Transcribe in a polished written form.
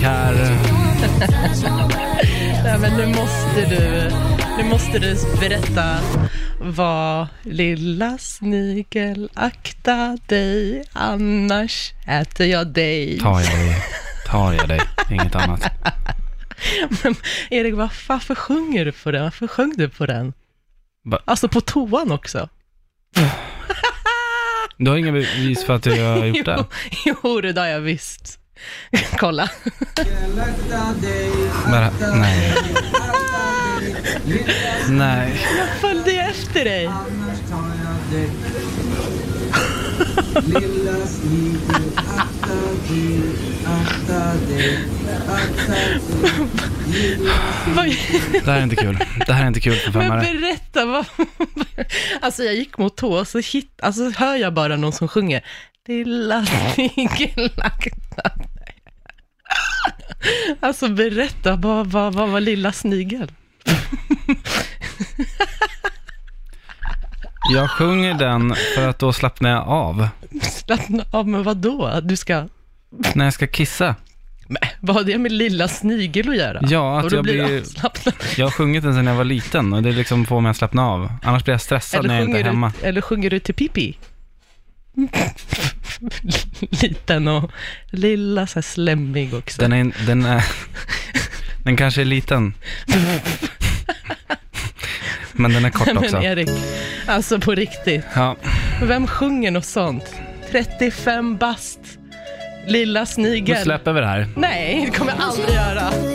här. Nej, men nu måste du berätta vad lilla snigel, akta dig, annars äter jag dig. Tar jag dig, inget annat. Men Erik, varför sjunger du på den? Varför sjöng du på den? Alltså på toan också. Du har inga bevis för att jag har gjort det? Jo, det har jag visst. Kolla. Nej. Nej. Jag följde efter dig. Lilla snigel, akta dig. Det här är inte kul. Det här är inte kul för Men femmare. berätta vad... Alltså jag gick mot tå, så hör jag bara någon som sjunger lilla snigel, akta dig. Alltså berätta, vad var lilla snigel? Jag sjunger den för att då slappnar jag av. Slappna av med vad då? Du ska... När jag ska kissa. Men vad har det med lilla snigel att göra? Ja, att jag har sjungit den sedan jag var liten och det liksom får mig att slappna av. Annars blir jag stressad när jag inte är hemma. Eller sjunger du till Pippi? Liten och lilla, så här slemmig också. Den kanske är liten. Men den är kort också. Men Erik, alltså på riktigt. Ja. Vem sjunger något sånt? 35 bast. Lilla snigel. Nu släpper vi det här. Nej, det kommer jag aldrig göra.